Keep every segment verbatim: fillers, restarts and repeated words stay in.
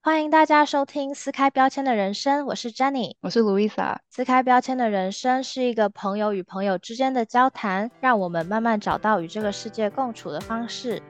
欢迎大家收听撕开标签的人生，我是 Jenny。 我是 Louisa。 撕开标签的人生是一个朋友与朋友之间的交谈，让我们慢慢找到与这个世界共处的方式。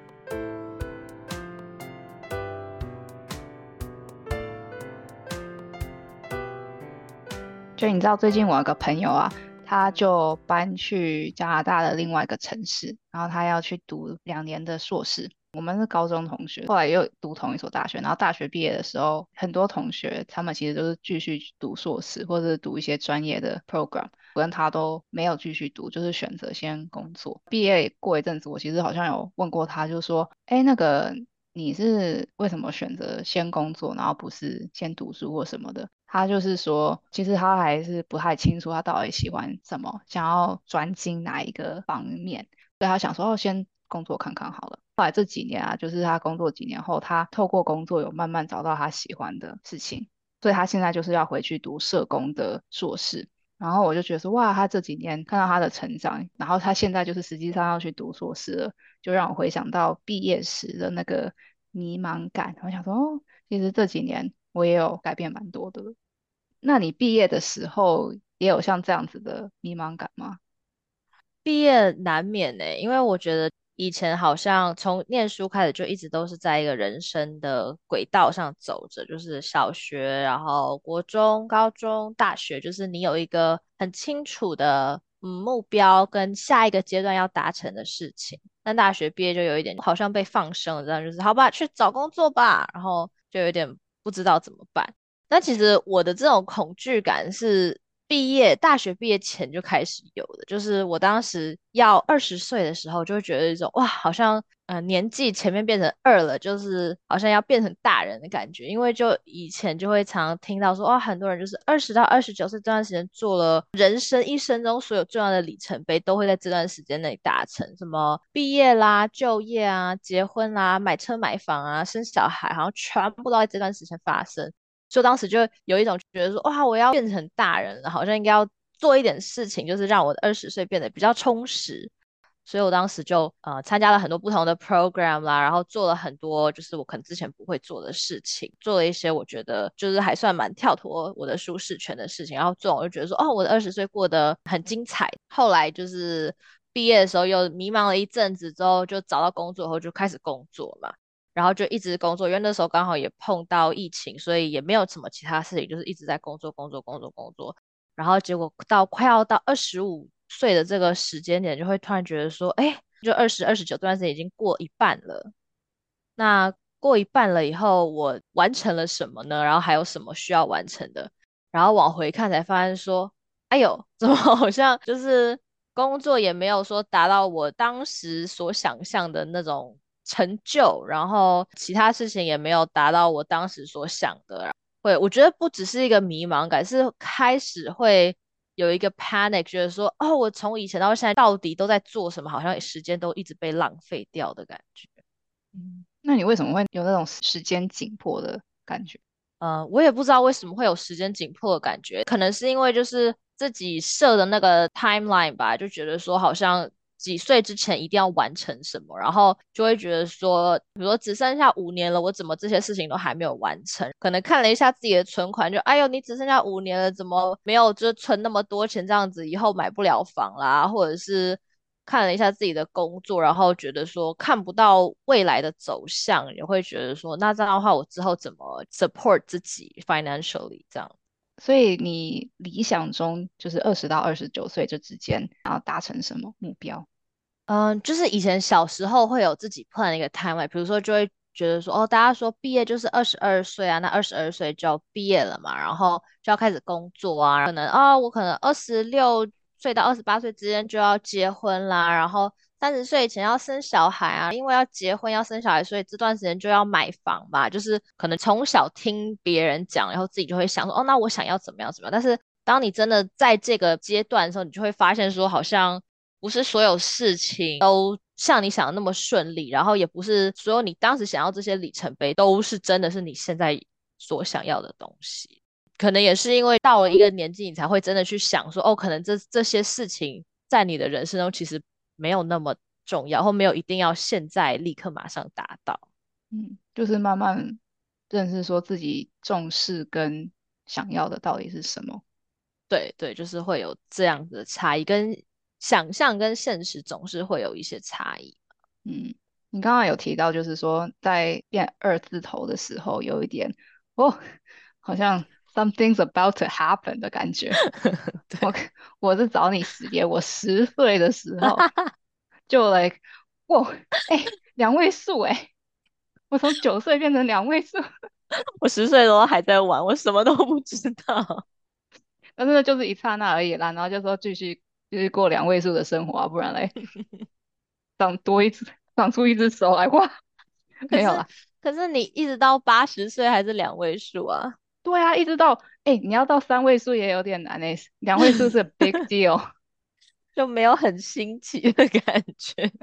就你知道，最近我有个朋友啊，他就搬去加拿大的另外一个城市，然后他要去读两年的硕士。我们是高中同学，后来又读同一所大学，然后大学毕业的时候，很多同学他们其实都是继续读硕士，或者是读一些专业的 program。我跟他都没有继续读，就是选择先工作。毕业过一阵子，我其实好像有问过他，就说：“哎，那个你是为什么选择先工作，然后不是先读书或什么的？”他就是说，其实他还是不太清楚他到底喜欢什么，想要专精哪一个方面，所以他想说，哦，先工作看看好了。后来这几年啊，就是他工作几年后，他透过工作有慢慢找到他喜欢的事情，所以他现在就是要回去读社工的硕士。然后我就觉得说，哇，他这几年看到他的成长，然后他现在就是实际上要去读硕士了，就让我回想到毕业时的那个迷茫感。我想说，哦，其实这几年我也有改变蛮多的。那你毕业的时候也有像这样子的迷茫感吗？ 毕业难免呢、因为我觉得以前好像从念书开始就一直都是在一个人生的轨道上走着，就是小学，然后国中、高中、大学，就是你有一个很清楚的嗯目标跟下一个阶段要达成的事情。但大学毕业就有一点好像被放生了，这样就是好吧，去找工作吧，然后就有点不知道怎么办。但其实我的这种恐惧感是毕业，大学毕业前就开始有的，就是我当时要二十岁的时候，就会觉得一种哇，好像呃年纪前面变成二了，就是好像要变成大人的感觉。因为就以前就会常听到说，哇，很多人就是二十到二十九岁这段时间做了人生一生中所有重要的里程碑，都会在这段时间内达成，什么毕业啦、就业啊、结婚啦、买车买房啊、生小孩，好像全部都在这段时间发生。所以当时就有一种觉得说，哇，我要变成大人了，好像应该要做一点事情，就是让我的二十岁变得比较充实。所以我当时就呃参加了很多不同的 program 啦，然后做了很多就是我可能之前不会做的事情，做了一些我觉得就是还算蛮跳脱我的舒适圈的事情，然后做完我就觉得说，哦，我的二十岁过得很精彩。后来就是毕业的时候又迷茫了一阵子，之后就找到工作后就开始工作嘛。然后就一直工作，因为那时候刚好也碰到疫情，所以也没有什么其他事情，就是一直在工作、工作、工作、工作。然后结果到快要到二十五岁的这个时间点，就会突然觉得说，哎，就二十二十九这段时间已经过一半了。那过一半了以后，我完成了什么呢？然后还有什么需要完成的？然后往回看才发现说，哎呦，怎么好像就是工作也没有说达到我当时所想象的那种成就，然后其他事情也没有达到我当时所想的。会，我觉得不只是一个迷茫感，是开始会有一个 panic，觉得说，哦，我从以前到现在到底都在做什么？好像时间都一直被浪费掉的感觉。 嗯，那你为什么会有那种时间紧迫的感觉？ 呃，我也不知道为什么会有时间紧迫的感觉，可能是因为就是自己设的那个 timeline 吧，就觉得说好像几岁之前一定要完成什么，然后就会觉得说，比如说只剩下五年了，我怎么这些事情都还没有完成？可能看了一下自己的存款，就哎呦，你只剩下五年了，怎么没有就存那么多钱，这样子以后买不了房啦，或者是看了一下自己的工作，然后觉得说看不到未来的走向，也会觉得说，那这样的话，我之后怎么 support 自己 financially 这样？ 所以你理想中就是二十到二十九岁这之间，然后达成什么目标？ 嗯，就是以前小时候会有自己 plan 一个 timeline，比如说就会觉得说，哦，大家说毕业就是二十二岁啊，那二十二岁就要毕业了嘛，然后就要开始工作啊，可能啊、我可能二十六岁到二十八岁之间就要结婚啦，然后三十岁以前要生小孩啊，因为要结婚要生小孩，所以这段时间就要买房嘛，就是可能从小听别人讲，然后自己就会想说，哦，那我想要怎么样怎么样，但是当你真的在这个阶段的时候，你就会发现说，好像不是所有事情都像你想的那么顺利，然后也不是所有你当时想要这些里程碑都是真的是你现在所想要的东西。可能也是因为到了一个年纪，你才会真的去想说，哦，可能这这些事情在你的人生中其实没有那么重要，或没有一定要现在立刻马上达到。 嗯，就是慢慢认识说自己重视跟想要的到底是什么。 对对，就是会有这样子的差异，跟想象跟现实总是会有一些差异。 嗯，你刚刚有提到，就是说在变二字头的时候，有一点哦，好像 something's about to happen 的感觉。我我是找你十年，我十岁的时候就 like 哇，哎，两位数哎，我从九岁变成两位数， 我十岁的时候还在玩，我什么都不知道。 但是就是一刹那而已啦。然后就说继续继续过两位数的生活啊，不然嘞长多一只长出一只手来哇， 可是没有啦。 可是你一直到八十岁还是两位数啊， 对啊，一直到哎，你要到三位数也有点难诶，两位数是 big deal。 就没有很新奇的感觉。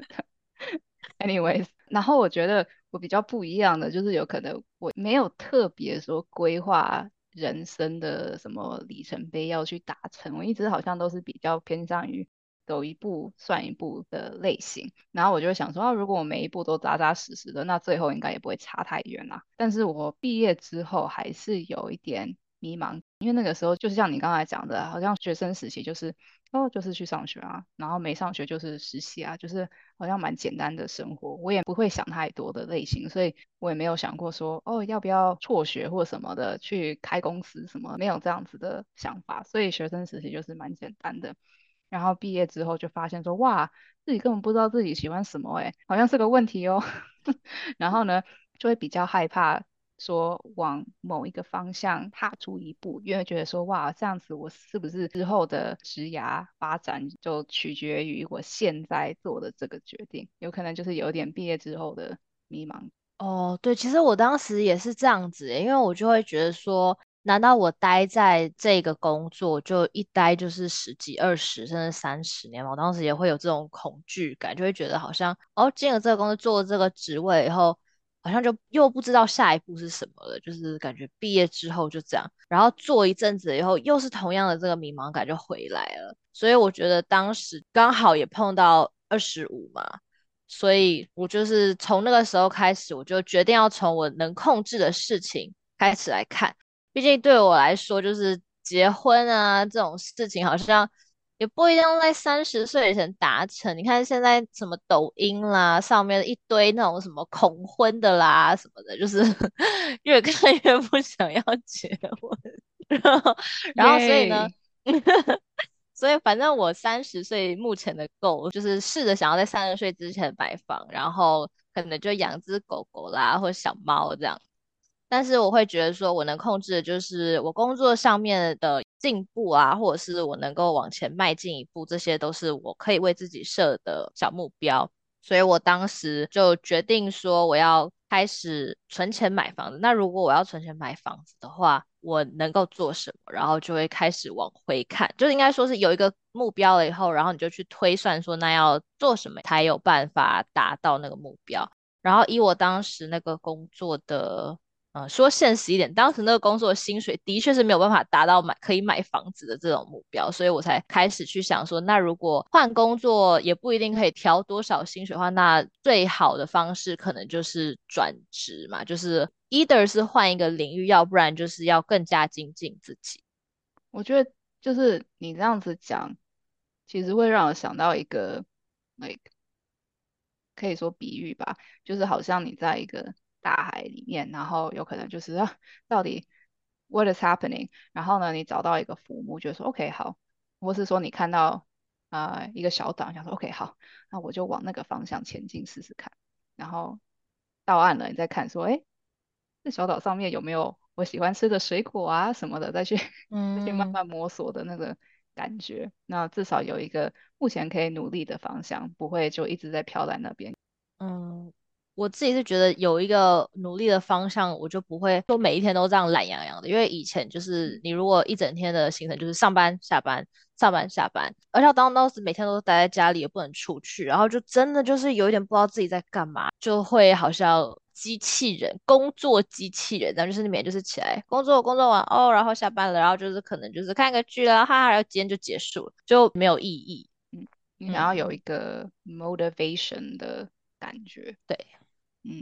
anyways，然后我觉得我比较不一样的就是有可能我没有特别说规划人生的什么里程碑要去达成，我一直好像都是比较偏向于走一步算一步的类型。然后我就想说，啊，如果我每一步都扎扎实实的，那最后应该也不会差太远啦。但是我毕业之后还是有一点迷茫，因为那个时候就是像你刚才讲的，好像学生时期就是哦，就是去上学啊，然后没上学就是实习啊，就是好像蛮简单的生活，我也不会想太多的类型，所以我也没有想过说哦，要不要辍学或什么的去开公司什么，没有这样子的想法，所以学生时期就是蛮简单的。然后毕业之后就发现说，哇，自己根本不知道自己喜欢什么，诶，好像是个问题哦。然后呢，就会比较害怕说往某一个方向踏出一步，因为觉得说哇，这样子我是不是之后的职涯发展就取决于我现在做的这个决定，有可能就是有点毕业之后的迷茫。 哦，对，其实我当时也是这样子欸，因为我就会觉得说，难道我待在这个工作就一待就是十几、二十甚至三十年吗？我当时也会有这种恐惧感，就会觉得好像哦，进了这个公司做了这个职位以后，好像就又不知道下一步是什么了，就是感觉毕业之后就这样，然后做一阵子以后，又是同样的这个迷茫感就回来了。所以我觉得当时刚好也碰到二十五嘛。所以我就是从那个时候开始，我就决定要从我能控制的事情开始来看。毕竟对我来说，就是结婚啊这种事情，好像也不一定要在三十岁以前达成。你看现在什么抖音啦，上面一堆那种什么恐婚的啦什么的，就是越看越不想要结婚。然后，然后所以呢， 耶， 所以反正我三十岁目前的 goal 就是试着想要在三十岁之前买房，然后可能就养只狗狗啦，或者小猫这样。但是我会觉得说，我能控制的就是我工作上面的进步啊，或者是我能够往前迈进一步，这些都是我可以为自己设的小目标。所以我当时就决定说，我要开始存钱买房子。那如果我要存钱买房子的话，我能够做什么？然后就会开始往回看，就是应该说是有一个目标了以后，然后你就去推算说，那要做什么才有办法达到那个目标。然后以我当时那个工作的呃，说现实一点，当时那个工作的薪水的确是没有办法达到买可以买房子的这种目标，所以我才开始去想说，那如果换工作也不一定可以调多少薪水的话，那最好的方式可能就是转职嘛，就是 either 是换一个领域，要不然就是要更加精进自己。 我觉得就是你这样子讲，其实会让我想到一个，like 可以说比喻吧，就是好像你在一个大海里面，然后有可能就是啊，到底 what is happening？然后呢，你找到一个浮木，就说 OK 好，或是说你看到啊、呃一个小岛，想说 OK 好，那我就往那个方向前进试试看。然后到岸了，你再看说，哎，这小岛上面有没有我喜欢吃的水果啊什么的，再去再去慢嗯。 慢摸索的那个感觉。那至少有一个目前可以努力的方向，不会就一直在飘在那边。 嗯，我自己是觉得有一个努力的方向，我就不会说每一天都这样懒洋洋的。因为以前就是你如果一整天的行程就是上班下班上班下班，而且当当时每天都待在家里也不能出去，然后就真的就是有一点不知道自己在干嘛，就会好像机器人工作机器人，然后就是你每天就是起来工作工作完哦，然后下班了，然后就是可能就是看个剧啦，哈哈，然后今天就结束了，就没有意义。 嗯，你想要有嗯， 一个 motivation 的感觉。 对。 嗯，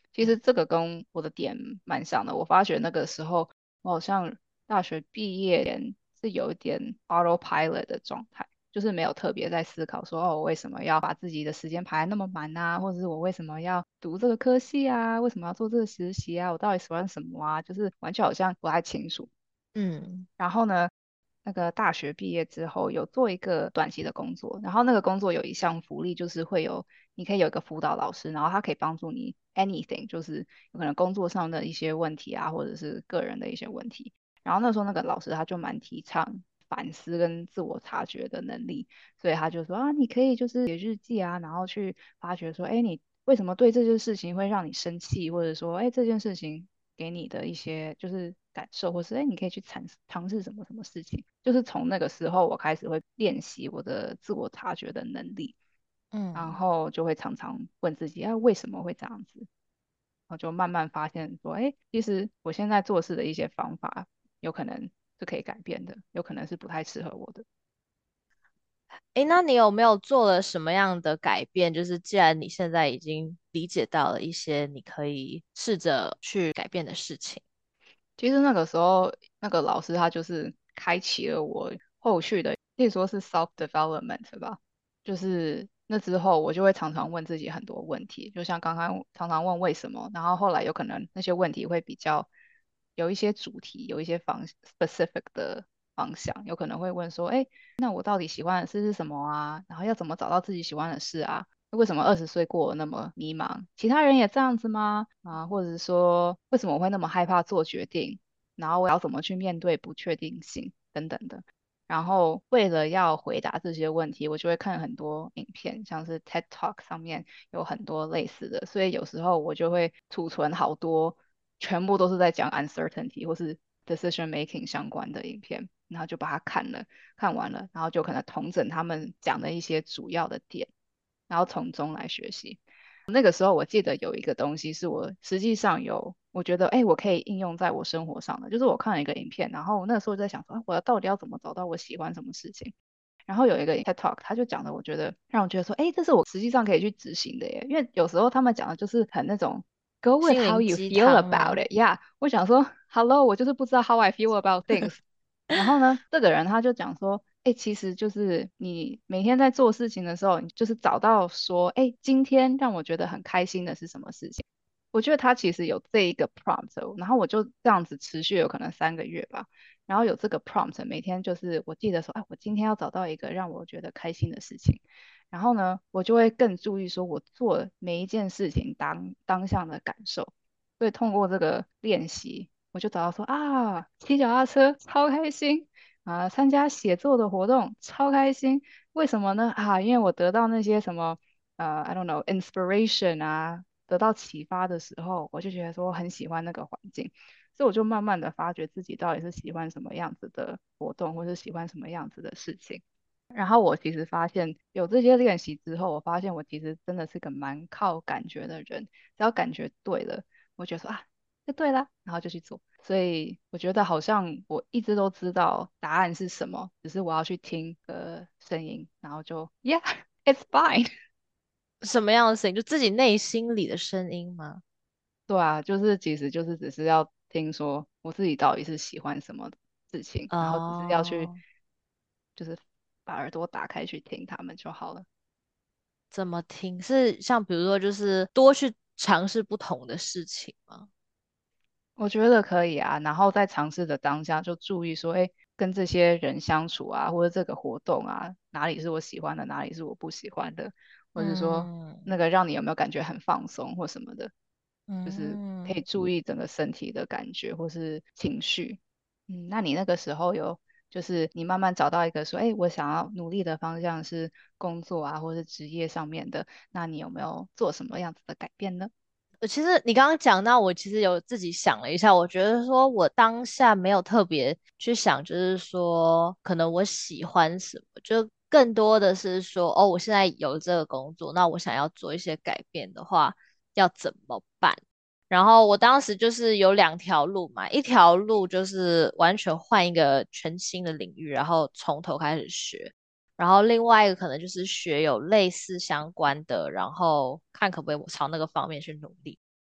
其实这个跟我的点蛮像的。我发觉那个时候我好像大学毕业前是有一点 autopilot 的状态，就是没有特别在思考说哦，我为什么要把自己的时间排得那么满啊，或者是我为什么要读这个科系啊，为什么要做这个实习啊，我到底喜欢什么啊，就是完全好像不太清楚。 嗯然后呢，那个大学毕业之后有做一个短期的工作，然后那个工作有一项福利，就是会有你可以有一个辅导老师，然后他可以帮助你 anything，就是有可能工作上的一些问题啊，或者是个人的一些问题。然后那时候那个老师他就蛮提倡反思跟自我察觉的能力，所以他就说啊，你可以就是写日记啊，然后去发掘说，哎，你为什么对这件事情会让你生气，或者说，哎，这件事情给你的一些就是感受，或是哎，你可以去尝尝试什么什么事情。就是从那个时候，我开始会练习我的自我察觉的能力，然嗯。 后就会常常问自己，啊，为什么会这样子？然后就慢慢发现说，哎，其实我现在做事的一些方法，有可能是可以改变的，有可能是不太适合我的。 诶，那你有没有做了什么样的改变？就是既然你现在已经理解到了一些你可以试着去改变的事情。 其实那个时候，那个老师他就是开启了我后续的，可以说是 self development 吧。就是那之后，我就会常常问自己很多问题，就像刚刚常常问为什么，然后后来有可能那些问题会比较有一些主题，有一些方 specific 的方向，有可能会问说，哎，那我到底喜欢的事是什么啊？然后要怎么找到自己喜欢的事啊？为什么二十岁过得那么迷茫？其他人也这样子吗？啊，或者是说为什么我会那么害怕做决定？然后我要怎么去面对不确定性等等的。然后为了要回答这些问题，我就会看很多影片，像是 TED Talk 上面有很多类似的，所以有时候我就会储存好多，全部都是在讲 uncertainty 或是 decision making 相关的影片，然后就把它看了，看完了，然后就可能统整他们讲的一些主要的点。然后从中来学习。那个时候我记得有一个东西是我实际上有，我觉得哎，我可以应用在我生活上的，就是我看了一个影片，然后那个时候在想说，啊我到底要怎么找到我喜欢什么事情？然后有一个 TED Talk，他就讲的，我觉得让我觉得说，哎，这是我实际上可以去执行的耶。因为有时候他们讲的就是很那种 go with 心 how 灵 you 鸡 feel 汤 about 吗？ it，yeah。我想说，hello，我就是不知道 how I feel about things。然后呢，这个人他就讲说，哎，其实就是你每天在做事情的时候，你就是找到说，哎，今天让我觉得很开心的是什么事情？我觉得他其实有这一个 prompt，哦然后我就这样子持续有可能三个月吧，然后有这个 prompt，每天就是我记得说，哎，我今天要找到一个让我觉得开心的事情，然后呢，我就会更注意说我做每一件事情当当下的感受，所以通过这个练习，我就找到说啊，骑脚踏车超开心啊，参加写作的活动超开心，为什么呢？啊，因为我得到那些什么呃，I don't know inspiration 啊，得到启发的时候，我就觉得说我很喜欢那个环境，所以我就慢慢的发掘自己到底是喜欢什么样子的活动，或是喜欢什么样子的事情。然后我其实发现有这些练习之后，我发现我其实真的是个蛮靠感觉的人，只要感觉对了，我觉得说啊，就对啦，然后就去做。所以我觉得好像我一直都知道答案是什么，只是我要去听个声音，然后就 Yeah, it's fine。 什么样的声音？就自己内心里的声音吗？ 对啊，就是其实就是只是要听说我自己到底是喜欢什么事情，然后只是要去哦， 就是把耳朵打开去听他们就好了。 怎么听？是像比如说，就是多去尝试不同的事情吗？ 我觉得可以啊，然后在尝试的当下就注意说，哎，跟这些人相处啊，或者这个活动啊，哪里是我喜欢的，哪里是我不喜欢的，或者说嗯那个让你有没有感觉很放松或什么的，就是可以嗯。 注意整个身体的感觉或是情绪。嗯，那你那个时候有就是你慢慢找到一个说，哎，我想要努力的方向是工作啊，或是职业上面的，那你有没有做什么样子的改变呢？ 呃其实你刚刚讲到，我其实有自己想了一下，我觉得说我当下没有特别去想，就是说可能我喜欢什么，就更多的是说，哦，我现在有这个工作，那我想要做一些改变的话，要怎么办？然后我当时就是有两条路嘛，一条路就是完全换一个全新的领域，然后从头开始学。然后另外一个可能就是学有类似相关的，然后看可不可以我朝那个方面去努力。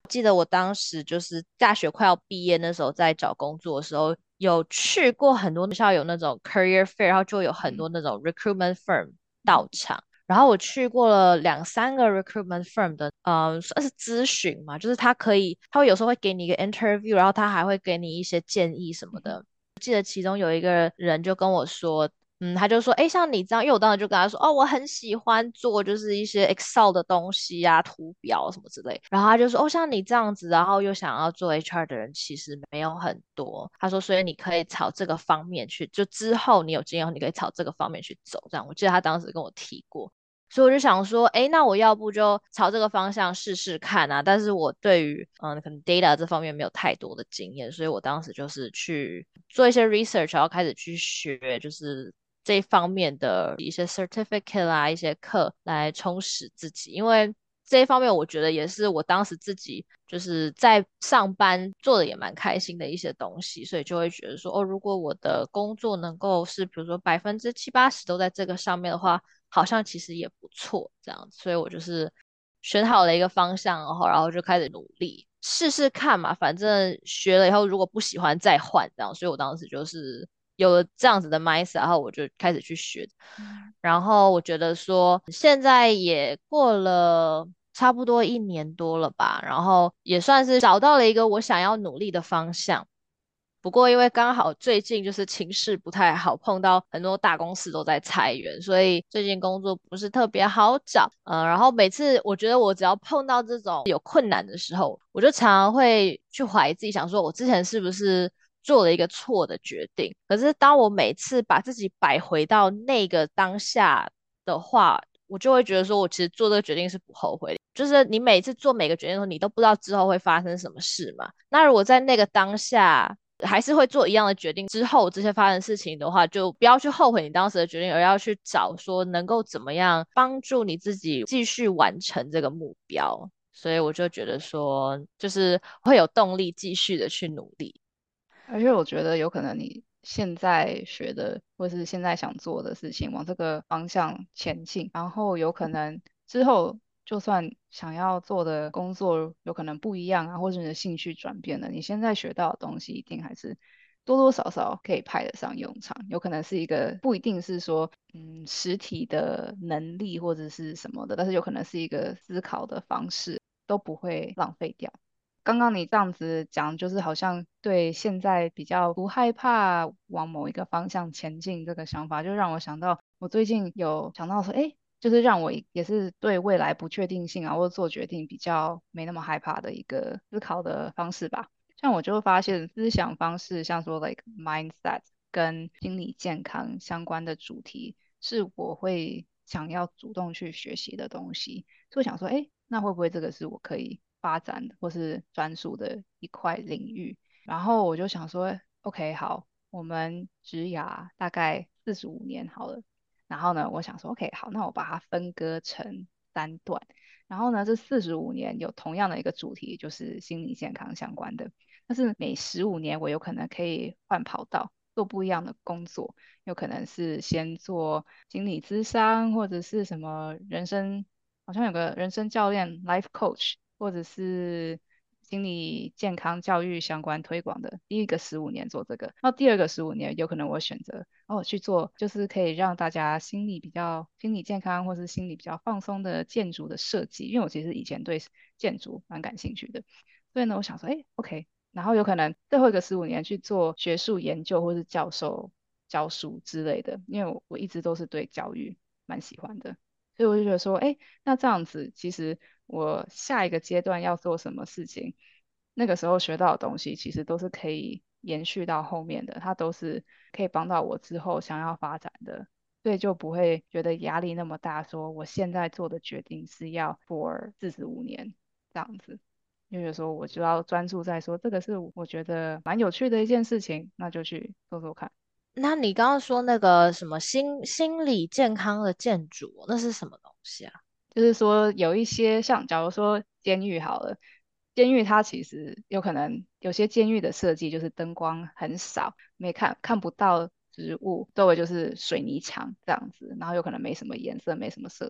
记得我当时就是大学快要毕业那时候，在找工作的时候，有去过很多学校有那种 career fair，然后就有很嗯多那种 recruitment firm 到嗯场。然后我去过了两三个 recruitment firm 的，嗯，算是咨询嘛，就是他可以，他会有时候会给你一个 interview，然后他还会给你一些建议什么嗯的。记得其中有一个人就跟我说，嗯，他就说，哎，像你这样，因为我当时就跟他说，哦，我很喜欢做就是一些 Excel 的东西啊，图表什么之类。然后他就说，哦，像你这样子，然后又想要做 H R 的人，其实没有很多。他说，所以你可以朝这个方面去，就之后你有经验后，你可以朝这个方面去走。这样，我记得他当时跟我提过。所以我就想说，诶，那我要不就朝这个方向试试看啊？但是我对于嗯，可能 data 这方面没有太多的经验，所以我当时就是去做一些 research，然后开始去学，就是这一方面的一些 certificate 啦，一些课来充实自己。因为这一方面，我觉得也是我当时自己就是在上班做的也蛮开心的一些东西，所以就会觉得说，哦，如果我的工作能够是比如说百分之七八十都在这个上面的话。好像其实也不错，这样子，所以我就是选好了一个方向，然后然后就开始努力试试看嘛，反正学了以后如果不喜欢再换这样，所以我当时就是有了这样子的 mindset，然后我就开始去学， 嗯。 然后我觉得说现在也过了。差不多一年多了吧，然后也算是找到了一个我想要努力的方向。不过因为刚好最近就是情势不太好，碰到很多大公司都在裁员，所以最近工作不是特别好找。呃，然后每次我觉得我只要碰到这种有困难的时候，我就常常会去怀疑自己，想说我之前是不是做了一个错的决定？可是当我每次把自己摆回到那个当下的话，我就会觉得说我其实做这个决定是不后悔的。就是你每次做每个决定的时候，你都不知道之后会发生什么事嘛。那如果在那个当下，还是会做一样的决定，之后这些发生事情的话，就不要去后悔你当时的决定，而要去找说能够怎么样帮助你自己继续完成这个目标。所以我就觉得说，就是会有动力继续的去努力。 而且我觉得有可能你现在学的，或是现在想做的事情，往这个方向前进，然后有可能之后就算想要做的工作有可能不一样啊，或者你的兴趣转变了，你现在学到的东西一定还是多多少少可以派得上用场。有可能是一个不一定是说嗯实体的能力或者是什么的，但是有可能是一个思考的方式，都不会浪费掉。刚刚你这样子讲，就是好像对现在比较不害怕往某一个方向前进这个想法，就让我想到，我最近有想到说，哎，就是让我也是对未来不确定性啊，或者做决定比较没那么害怕的一个思考的方式吧。像我就会发现思想方式，像说 like mindset 跟心理健康相关的主题，是我会想要主动去学习的东西。所以我想说，哎，那会不会这个是我可以发展的或是专属的一块领域？然后我就想说，OK，好，我们职涯大概四十五年好了。然后呢，我想说，OK，好，那我把它分割成三段。然后呢，这四十五年有同样的一个主题，就是心理健康相关的。但是每十五年我有可能可以换跑道，做不一样的工作，有可能是先做心理咨商，或者是什么人生，好像有个人生教练 life coach，或者是心理健康教育相关推广的。第一个十五年做这个，然后第二个十五年有可能我选择哦去做，就是可以让大家心理比较心理健康或是心理比较放松的建筑的设计，因为我其实以前对建筑蛮感兴趣的，所以呢，我想说，哎，OK。然后有可能最后一个十五年去做学术研究或是教授教书之类的，因为我我一直都是对教育蛮喜欢的，所以我就觉得说，哎，那这样子其实我下一个阶段要做什么事情，那个时候学到的东西其实都是可以延续到后面的，它都是可以帮到我之后想要发展的，所以就不会觉得压力那么大，说我现在做的决定是要 for 四十五年这样子。因为有时候我就要专注在说这个是我觉得蛮有趣的一件事情，那就去做做看。 那你刚刚说那个什么心心理健康的建筑，那是什么东西啊？ 就是说有一些像假如说监狱好了，监狱它其实有可能有些监狱的设计就是灯光很少，没看看不到植物，周围就是水泥墙这样子，然后有可能没什么颜色，没什么色彩。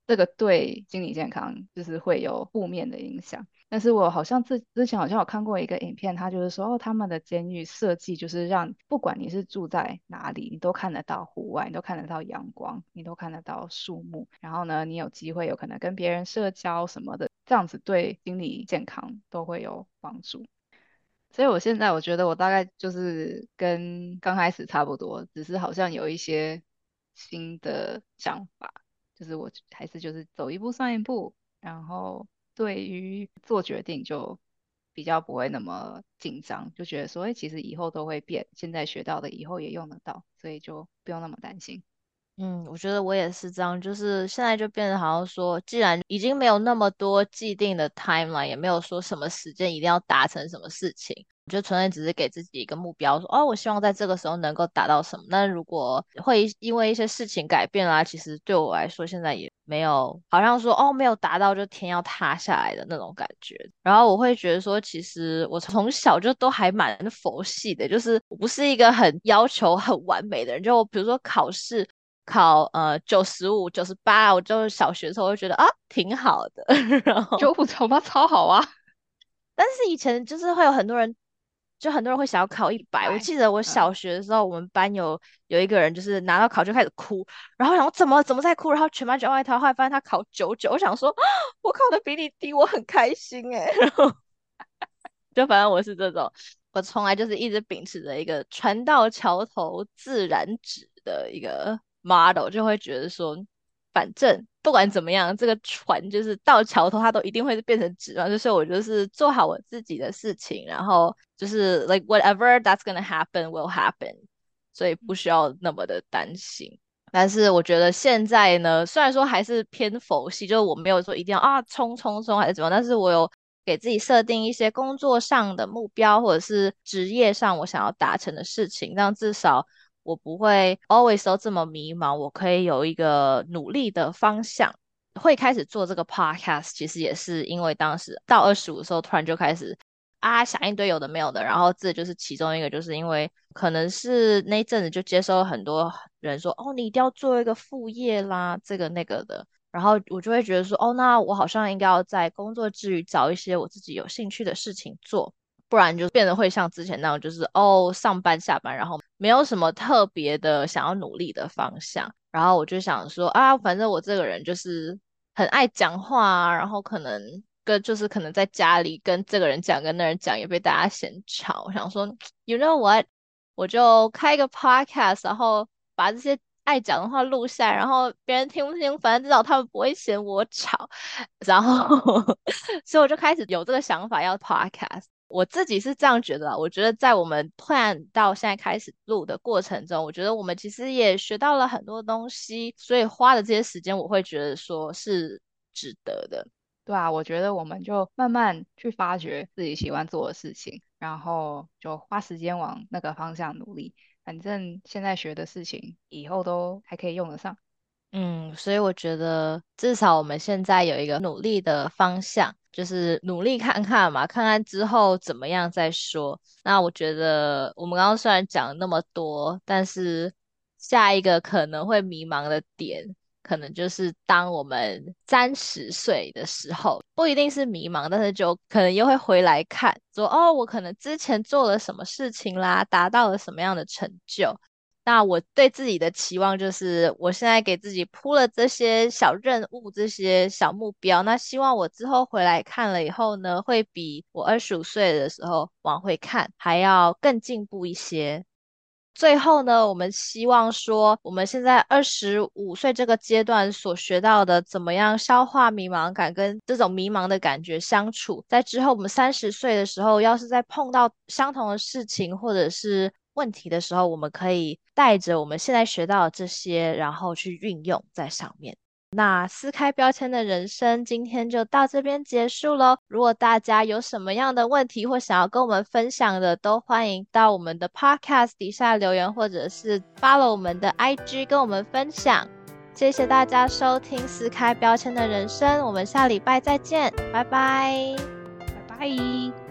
这个对心理健康就是会有负面的影响。但是我好像之之前好像有看过一个影片，他就是说，哦，他们的监狱设计就是让不管你是住在哪里，你都看得到户外，你都看得到阳光，你都看得到树木，然后呢，你有机会有可能跟别人社交什么的，这样子对心理健康都会有帮助。所以我现在我觉得我大概就是跟刚开始差不多，只是好像有一些新的想法，就是我还是就是走一步算一步，然后对于做决定就比较不会那么紧张，就觉得说，哎，其实以后都会变，现在学到的以后也用得到，所以就不用那么担心。 嗯，我觉得我也是这样，就是现在就变得好像说，既然已经没有那么多既定的 timeline，也没有说什么时间一定要达成什么事情，我就纯粹只是给自己一个目标，说哦，我希望在这个时候能够达到什么。那如果会因为一些事情改变啦，其实对我来说现在也没有，好像说哦没有达到就天要塌下来的那种感觉。然后我会觉得说，其实我从小就都还蛮佛系的，就是我不是一个很要求很完美的人，就比如说考试。考呃九十五、九十八，我就小学的时候会觉得啊挺好的，然后九五九八超好啊， 但是以前就是会有很多人，就很多人会想要考一百。我一百， 记得我嗯， 小学的时候，我们班有有一个人就是拿到考就开始哭，然后然后怎么怎么在哭，然后全班就外他，后来发现他考九九，我想说啊我考的比你低，我很开心诶。然后就反正我是这种，我从来就是一直秉持着一个船到桥头自然直的一个 model，就会觉得说，反正不管怎么样，这个船就是到桥头，它都一定会变成直嘛。就是我就是做好我自己的事情，然后就是 like whatever that's gonna happen will happen，所以不需要那么的担心。但是我觉得现在呢，虽然说还是偏佛系，就是我没有说一定要啊冲冲冲还是怎么样，但是我有给自己设定一些工作上的目标，或者是职业上我想要达成的事情，让至少我不会 always 都这么迷茫，我可以有一个努力的方向。会开始做这个 podcast，其实也是因为当时到二十五的时候，突然就开始啊想一堆有的没有的，然后这就是其中一个，就是因为可能是那一阵子就接收了很多人说，哦，你一定要做一个副业啦，这个那个的，然后我就会觉得说，哦，那我好像应该要在工作之余找一些我自己有兴趣的事情做，不然就变得会像之前那样，就是哦上班下班，然后没有什么特别的想要努力的方向。然后我就想说啊，反正我这个人就是很爱讲话啊，然后可能跟就是可能在家里跟这个人讲，跟那人讲，也被大家嫌吵。我想说，you know what，我就开一个 podcast，然后把这些爱讲的话录下来，然后别人听不听，反正至少他们不会嫌我吵。然后，所以我就开始有这个想法要 podcast。我自己是这样觉得啊，我觉得在我们 plan 到现在开始录的过程中，我觉得我们其实也学到了很多东西，所以花的这些时间，我会觉得说是值得的。 对啊，我觉得我们就慢慢去发掘自己喜欢做的事情，然后就花时间往那个方向努力。反正现在学的事情，以后都还可以用得上。 嗯，所以我觉得至少我们现在有一个努力的方向，就是努力看看嘛，看看之后怎么样再说。那我觉得我们刚刚虽然讲了那么多，但是下一个可能会迷茫的点，可能就是当我们三十岁的时候，不一定是迷茫，但是就可能又会回来看，说哦，我可能之前做了什么事情啦，达到了什么样的成就。那我对自己的期望就是，我现在给自己铺了这些小任务、这些小目标，那希望我之后回来看了以后呢，会比我二十五岁的时候往回看还要更进步一些。最后呢，我们希望说，我们现在二十五岁这个阶段所学到的，怎么样消化迷茫感，跟这种迷茫的感觉相处，在之后我们三十岁的时候，要是再碰到相同的事情或者是问题的时候，我们可以带着我们现在学到的这些，然后去运用在上面。那撕开标签的人生，今天就到这边结束喽。如果大家有什么样的问题或想要跟我们分享的，都欢迎到我们的 podcast 底下留言，或者是 follow 我们的 I G 跟我们分享。谢谢大家收听撕开标签的人生，我们下礼拜再见，拜拜。 拜拜。